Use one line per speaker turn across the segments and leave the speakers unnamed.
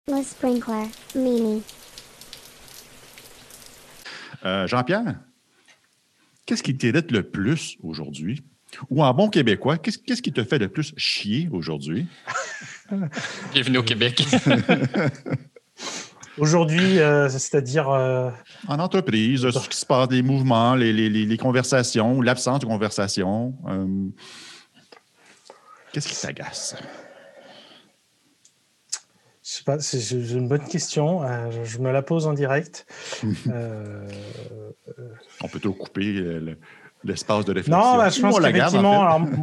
Le sprinkler, Mimi.
Jean-Pierre, qu'est-ce qui t'irrite le plus aujourd'hui? Ou en bon québécois, qu'est-ce qui te fait le plus chier aujourd'hui?
Bienvenue au Québec.
Aujourd'hui, c'est-à-dire...
En entreprise, ce qui se passe, les mouvements, les conversations, l'absence de conversation. Qu'est-ce qui t'agace?
Je sais pas, c'est une bonne question. Je me la pose en direct.
On peut tout couper l'espace de réflexion.
Non, je pense qu'effectivement... En fait.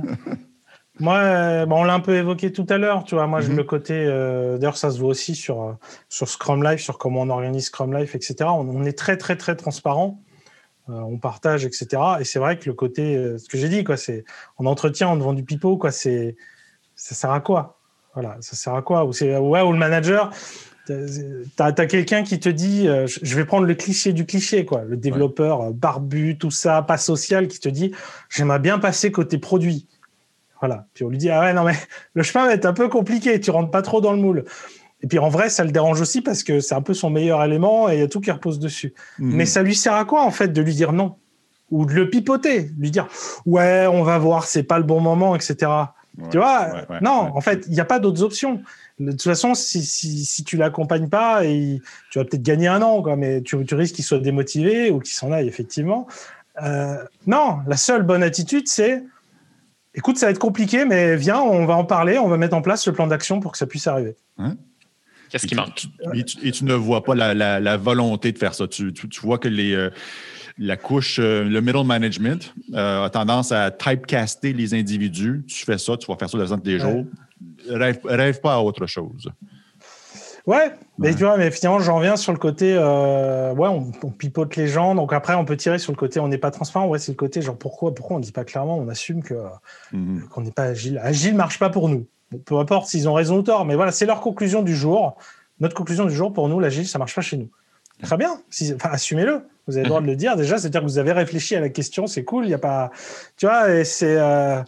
Moi, on l'a un peu évoqué tout à l'heure, tu vois. Moi, le côté... d'ailleurs, ça se voit aussi sur Scrum Life, sur comment on organise Scrum Life, etc. On est très, très, très transparent. On partage, etc. Et c'est vrai que le côté... ce que j'ai dit, quoi, c'est... En entretien, on te vend du pipeau, quoi. Ça sert à quoi? Voilà, ça sert à quoi? Ou le manager... T'as quelqu'un qui te dit, je vais prendre le cliché du cliché, quoi. Le développeur barbu, tout ça, pas social, qui te dit, j'aimerais bien passer côté produit. Voilà. Puis on lui dit, ah ouais, non, mais le chemin va être un peu compliqué, tu rentres pas trop dans le moule. Et puis en vrai, ça le dérange aussi parce que c'est un peu son meilleur élément et il y a tout qui repose dessus. Mais ça lui sert à quoi, en fait, de lui dire non? Ou de le pipoter, lui dire, ouais, on va voir, c'est pas le bon moment, etc. Tu vois? En fait, il n'y a pas d'autres options. De toute façon, si tu l'accompagnes pas, tu vas peut-être gagner un an, quoi, mais tu risques qu'il soit démotivé ou qu'il s'en aille, effectivement. Non, la seule bonne attitude, c'est écoute, ça va être compliqué, mais viens, on va en parler, on va mettre en place le plan d'action pour que ça puisse arriver.
Qu'est-ce qui manque?
Et tu ne vois pas la volonté de faire ça. Tu vois que la couche, le middle management a tendance à typecaster les individus. Tu fais ça, tu vas faire ça le restant des jours. Rêve pas à autre chose.
Ouais, mais tu vois, mais finalement, j'en reviens sur le côté, on pipote les gens, donc après, on peut tirer sur le côté, on n'est pas transparent. Ouais, c'est le côté, genre, pourquoi on ne dit pas clairement, on assume qu'on n'est pas agile. Agile ne marche pas pour nous. Bon, peu importe s'ils ont raison ou tort, mais voilà, c'est leur conclusion du jour. Notre conclusion du jour, pour nous, l'agile, ça ne marche pas chez nous. Très bien, assumez-le. Vous avez le droit de le dire. Déjà, c'est-à-dire que vous avez réfléchi à la question, c'est cool, il n'y a pas... Tu vois, et c'est...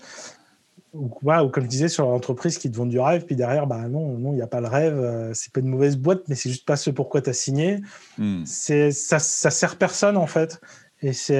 ou comme je disais, sur l'entreprise qui te vend du rêve, puis derrière, non, il n'y a pas le rêve, c'est pas une mauvaise boîte, mais c'est juste pas ce pourquoi tu as signé. Ça sert personne, en fait. Et c'est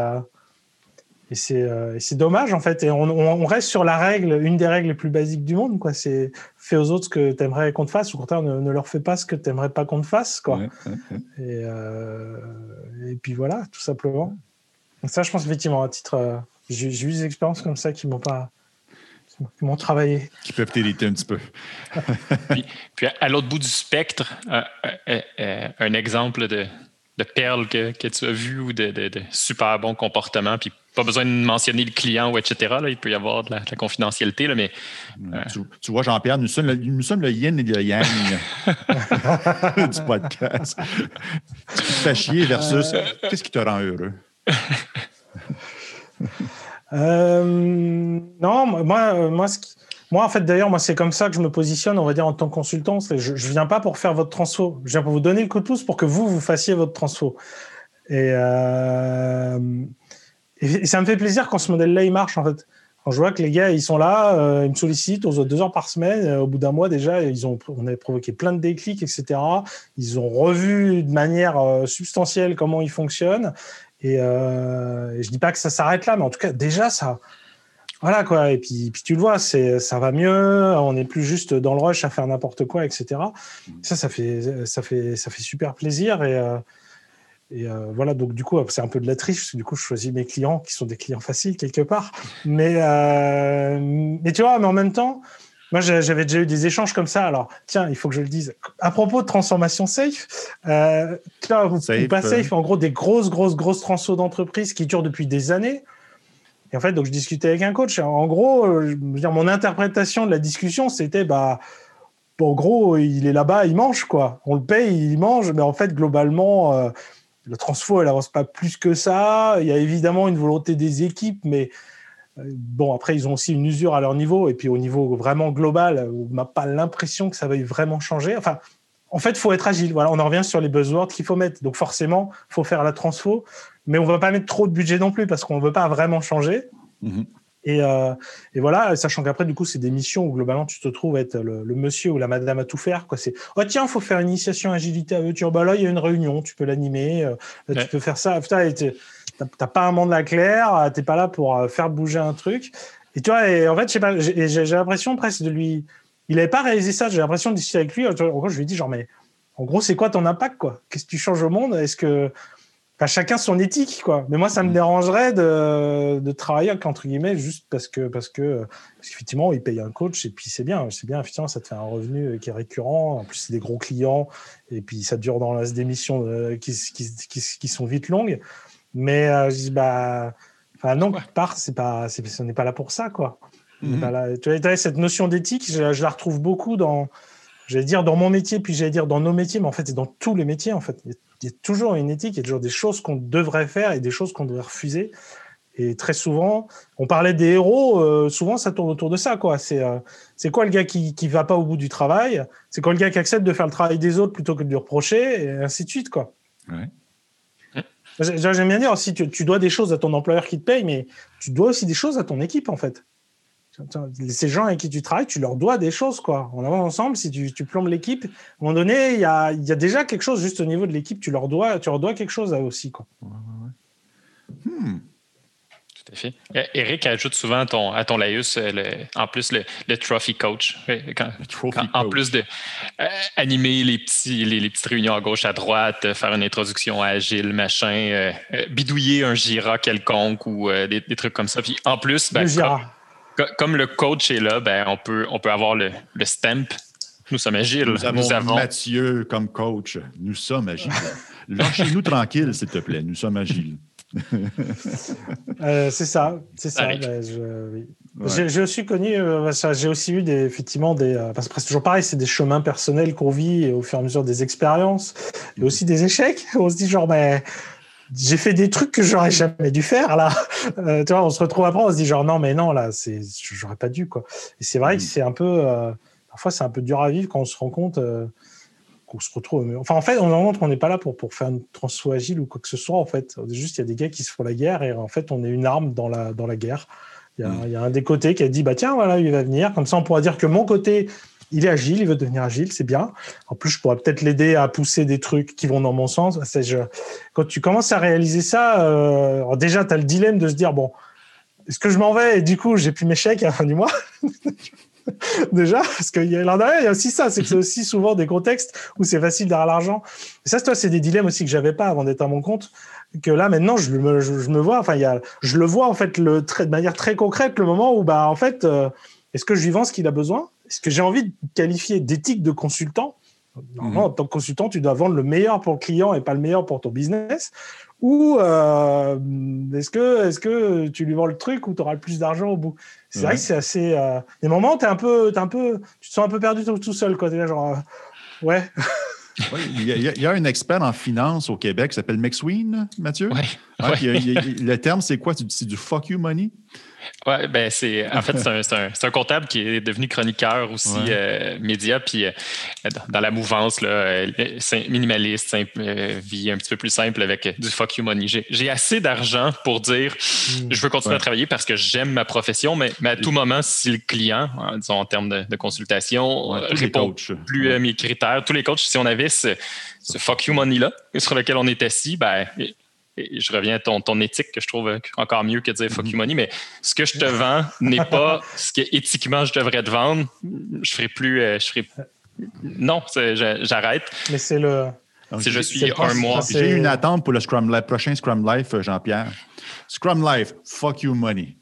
dommage, en fait. Et on reste sur la règle, une des règles les plus basiques du monde, quoi. C'est fais aux autres ce que tu aimerais qu'on te fasse, ou au contraire, ne leur fais pas ce que tu n'aimerais pas qu'on te fasse, quoi. Et puis voilà, tout simplement. Donc ça, je pense, effectivement, à titre... j'ai eu des expériences comme ça qui m'ont travaillé.
Qui peuvent t'irriter un petit peu.
puis à l'autre bout du spectre, un exemple de perle que tu as vu ou de super bon comportement, puis pas besoin de mentionner le client ou etc. Là, il peut y avoir de la confidentialité, là, mais...
Tu vois, Jean-Pierre, nous sommes le yin et le yang du podcast. Ce qui te fait chier versus qu'est-ce qui te rend heureux?
Non, moi, en fait, d'ailleurs, moi, c'est comme ça que je me positionne, on va dire, en tant que consultant. Je viens pas pour faire votre transfo. Je viens pour vous donner le coup de pouce pour que vous fassiez votre transfo. Et ça me fait plaisir quand ce modèle-là, il marche, en fait. Quand je vois que les gars, ils sont là, ils me sollicitent, on se voit 2 heures par semaine. Au bout d'un mois, déjà, on avait provoqué plein de déclics, etc. Ils ont revu de manière substantielle comment ils fonctionnent. Et je dis pas que ça s'arrête là, mais en tout cas, déjà, ça... Voilà, quoi. Et puis tu le vois, ça va mieux, on n'est plus juste dans le rush à faire n'importe quoi, etc. Ça fait super plaisir. Et voilà, donc du coup, c'est un peu de la triche, parce que du coup, je choisis mes clients qui sont des clients faciles, quelque part. Mais tu vois, mais en même temps, moi, j'avais déjà eu des échanges comme ça. Alors, tiens, il faut que je le dise. À propos de transformation safe, ou pas safe, en gros, des grosses transfos d'entreprise qui durent depuis des années. Et en fait, donc, je discutais avec un coach. En gros, mon interprétation de la discussion, c'était, en gros, il est là-bas, il mange, quoi. On le paye, il mange. Mais en fait, globalement, le transfo, elle n'avance pas plus que ça. Il y a évidemment une volonté des équipes, mais bon, après, ils ont aussi une usure à leur niveau. Et puis, au niveau vraiment global, on n'a pas l'impression que ça veuille vraiment changer. Enfin, en fait, il faut être agile. Voilà, on en revient sur les buzzwords qu'il faut mettre. Donc, forcément, il faut faire la transfo. Mais on ne va pas mettre trop de budget non plus parce qu'on ne veut pas vraiment changer. Et voilà, sachant qu'après, du coup, c'est des missions où globalement, tu te trouves être le monsieur ou la madame à tout faire, quoi. C'est, oh tiens, faut faire une initiation agilité à voiture. Bah là, il y a une réunion, tu peux l'animer, tu peux faire ça. Putain, t'as pas un mandat clair, t'es pas là pour faire bouger un truc. Et tu vois, et en fait, je sais pas, j'ai l'impression presque de lui. Il avait pas réalisé ça, j'ai l'impression de discuter avec lui. En gros, je lui ai dit, genre, mais en gros, c'est quoi ton impact, quoi? Qu'est-ce que tu changes au monde? Est-ce que. Enfin, chacun son éthique, quoi. Mais moi, ça me dérangerait de travailler avec, entre guillemets, juste parce qu'effectivement, il paye un coach et puis c'est bien, effectivement, ça te fait un revenu qui est récurrent. En plus, c'est des gros clients et puis ça dure dans des missions qui sont vite longues. Mais je dis, non, quelque part, on n'est pas là pour ça, quoi. On n'est pas là. Tu vois, cette notion d'éthique, je la retrouve beaucoup dans mon métier, puis j'allais dire dans nos métiers, mais en fait, c'est dans tous les métiers, en fait. Il y a toujours une éthique, il y a toujours des choses qu'on devrait faire et des choses qu'on devrait refuser. Et très souvent, on parlait des héros, souvent ça tourne autour de ça, quoi. C'est quoi le gars qui va pas au bout du travail? C'est quoi le gars qui accepte de faire le travail des autres plutôt que de lui reprocher? Et ainsi de suite, quoi.
Ouais.
J'aime bien dire aussi, tu dois des choses à ton employeur qui te paye, mais tu dois aussi des choses à ton équipe, en fait. Ces gens avec qui tu travailles, tu leur dois des choses, quoi. On avance ensemble, si tu plombes l'équipe, à un moment donné, il y a déjà quelque chose juste au niveau de l'équipe, tu leur dois quelque chose aussi, quoi.
Tout à fait. Eric ajoute souvent à ton laïus, en plus, le trophy coach. En plus de animer les petites réunions à gauche, à droite, faire une introduction agile, machin, bidouiller un Jira quelconque ou des trucs comme ça. Puis en plus, comme le coach est là, on peut avoir le stamp. Nous sommes agiles.
Nous avons Mathieu comme coach. Nous sommes agiles. Lâchez-nous tranquille, s'il te plaît. Nous sommes agiles.
C'est ça. Oui. Ouais. Je suis connu. J'ai aussi eu effectivement parce que c'est toujours pareil, c'est des chemins personnels qu'on vit et au fur et à mesure des expériences et aussi des échecs. On se dit genre, mais j'ai fait des trucs que j'aurais jamais dû faire là. Tu vois, on se retrouve après, on se dit genre non, là, j'aurais pas dû, quoi. Et c'est vrai que c'est un peu, parfois c'est un peu dur à vivre quand on se rend compte qu'on se retrouve. Enfin, en fait, on se rend compte qu'on n'est pas là pour faire une transfo agile ou quoi que ce soit. En fait, juste il y a des gars qui se font la guerre et en fait, on est une arme dans la guerre. Il y a un des côtés qui a dit tiens, voilà, il va venir. Comme ça, on pourra dire que mon côté, il est agile, il veut devenir agile, c'est bien. En plus, je pourrais peut-être l'aider à pousser des trucs qui vont dans mon sens. Quand tu commences à réaliser ça, alors déjà, tu as le dilemme de se dire, bon, est-ce que je m'en vais et du coup, j'ai plus mes chèques à la fin du mois? Déjà, parce qu'il y a aussi ça, c'est que c'est aussi souvent des contextes où c'est facile d'avoir l'argent. Et ça, toi, c'est des dilemmes aussi que j'avais pas avant d'être à mon compte, que là, maintenant, je me vois, je le vois, en fait, de manière très concrète, le moment où, en fait, est-ce que je lui vends ce qu'il a besoin? Est-ce que j'ai envie de qualifier d'éthique de consultant? Normalement, en tant que consultant, tu dois vendre le meilleur pour le client et pas le meilleur pour ton business. Ou est-ce que tu lui vends le truc où tu auras le plus d'argent au bout? C'est vrai que c'est assez. Des moments, tu te sens un peu perdu tout seul, quoi. T'es là, genre, ouais.
Oui, il y a un expert en finance au Québec qui s'appelle McSween, Mathieu.
Oui.
Le terme, c'est quoi? C'est du fuck you money?
Oui, c'est un comptable qui est devenu chroniqueur aussi, média, puis dans la mouvance, là, minimaliste, vie un petit peu plus simple avec du fuck you money. J'ai assez d'argent pour dire je veux continuer à travailler parce que j'aime ma profession, mais à tout moment, si le client, disons en termes de consultation, répond plus à mes critères, tous les coachs, si on avait ce fuck you money-là sur lequel on est assis, et je reviens à ton éthique que je trouve encore mieux que de dire fuck you money, mais ce que je te vends n'est pas ce que éthiquement je devrais te vendre. Je ferai plus. Non, j'arrête.
Mais c'est le.
Si je suis un mois.
J'ai une attente pour le prochain Scrum Life, Jean-Pierre. Scrum Life, fuck you money.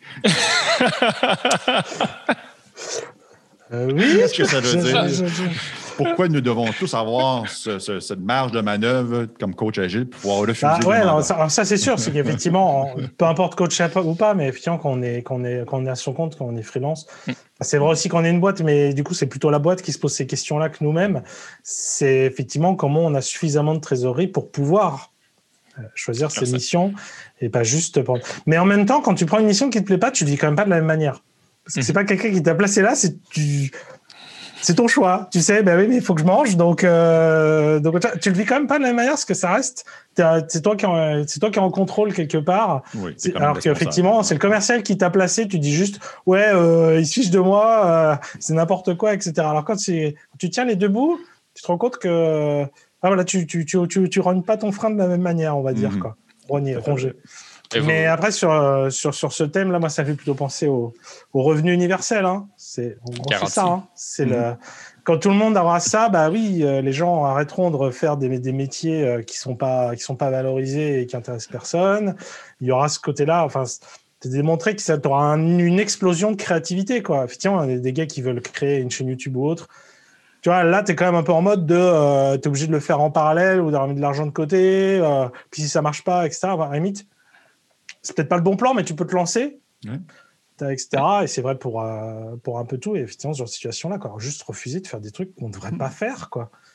Oui.
Qu'est-ce que ça veut dire? Pourquoi nous devons tous avoir cette marge de manœuvre comme coach agile pour pouvoir refuser
ça c'est sûr, c'est qu'effectivement, peu importe coach ou pas, mais effectivement, quand on est à son compte, quand on est freelance, c'est vrai aussi qu'on est une boîte, mais du coup, c'est plutôt la boîte qui se pose ces questions-là que nous-mêmes. C'est effectivement comment on a suffisamment de trésorerie pour pouvoir choisir ses missions et pas juste prendre. Mais en même temps, quand tu prends une mission qui te plaît pas, tu le dis quand même pas de la même manière. Parce que c'est pas quelqu'un qui t'a placé là, c'est ton choix. Tu sais, ben oui, mais il faut que je mange. Donc tu le vis quand même pas de la même manière, parce que ça reste. C'est toi qui es en contrôle quelque part.
Oui,
Alors qu'effectivement, c'est le commercial qui t'a placé. Tu dis juste, ouais, il se fiche de moi, c'est n'importe quoi, etc. Alors quand tu tiens les deux bouts, tu te rends compte que voilà, tu rognes pas ton frein de la même manière, on va dire, quoi. Ronger. Mais après, sur ce thème-là, moi, ça fait plutôt penser au revenu universel. Hein. C'est ça. Hein. C'est quand tout le monde aura ça, bah oui, les gens arrêteront de faire des métiers qui sont pas valorisés et qui intéressent personne. Il y aura ce côté-là. Enfin, c'est démontré que ça aura une explosion de créativité, quoi. Effectivement, il y a des gars qui veulent créer une chaîne YouTube ou autre. Tu vois, là, tu es quand même un peu en mode de tu es obligé de le faire en parallèle ou d'avoir mis de l'argent de côté. Puis si ça marche pas, etc., à la limite, c'est peut-être pas le bon plan, mais tu peux te lancer, etc. Et c'est vrai pour un peu tout. Et effectivement, dans cette situation-là, quoi, juste refuser de faire des trucs qu'on ne devrait pas faire, quoi.